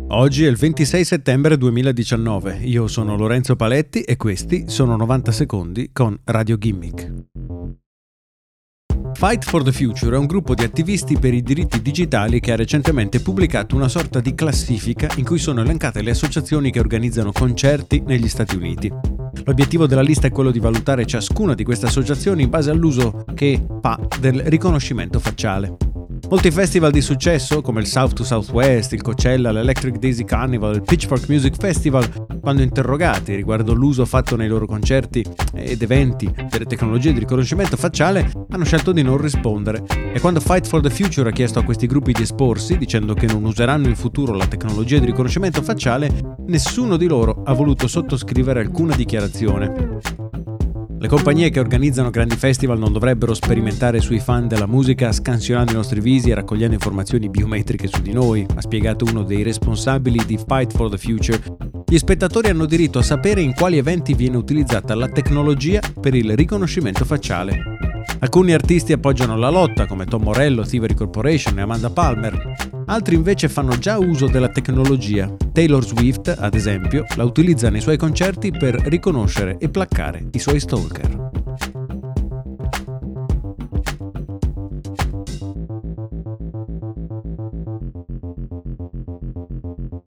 Oggi è il 26 settembre 2019, io sono Lorenzo Paletti e questi sono 90 secondi con Radio Gimmick. Fight for the Future è un gruppo di attivisti per i diritti digitali che ha recentemente pubblicato una sorta di classifica in cui sono elencate le associazioni che organizzano concerti negli Stati Uniti. L'obiettivo della lista è quello di valutare ciascuna di queste associazioni in base all'uso che fa del riconoscimento facciale. Molti festival di successo, come il South to Southwest, il Coachella, l'Electric Daisy Carnival, il Pitchfork Music Festival, quando interrogati riguardo l'uso fatto nei loro concerti ed eventi delle tecnologie di riconoscimento facciale, hanno scelto di non rispondere. E quando Fight for the Future ha chiesto a questi gruppi di esporsi, dicendo che non useranno in futuro la tecnologia di riconoscimento facciale, nessuno di loro ha voluto sottoscrivere alcuna dichiarazione. Le compagnie che organizzano grandi festival non dovrebbero sperimentare sui fan della musica scansionando i nostri visi e raccogliendo informazioni biometriche su di noi, ha spiegato uno dei responsabili di Fight for the Future. Gli spettatori hanno diritto a sapere in quali eventi viene utilizzata la tecnologia per il riconoscimento facciale. Alcuni artisti appoggiano la lotta, come Tom Morello, Thievery Corporation e Amanda Palmer. Altri invece fanno già uso della tecnologia. Taylor Swift, ad esempio, la utilizza nei suoi concerti per riconoscere e placcare i suoi stalker.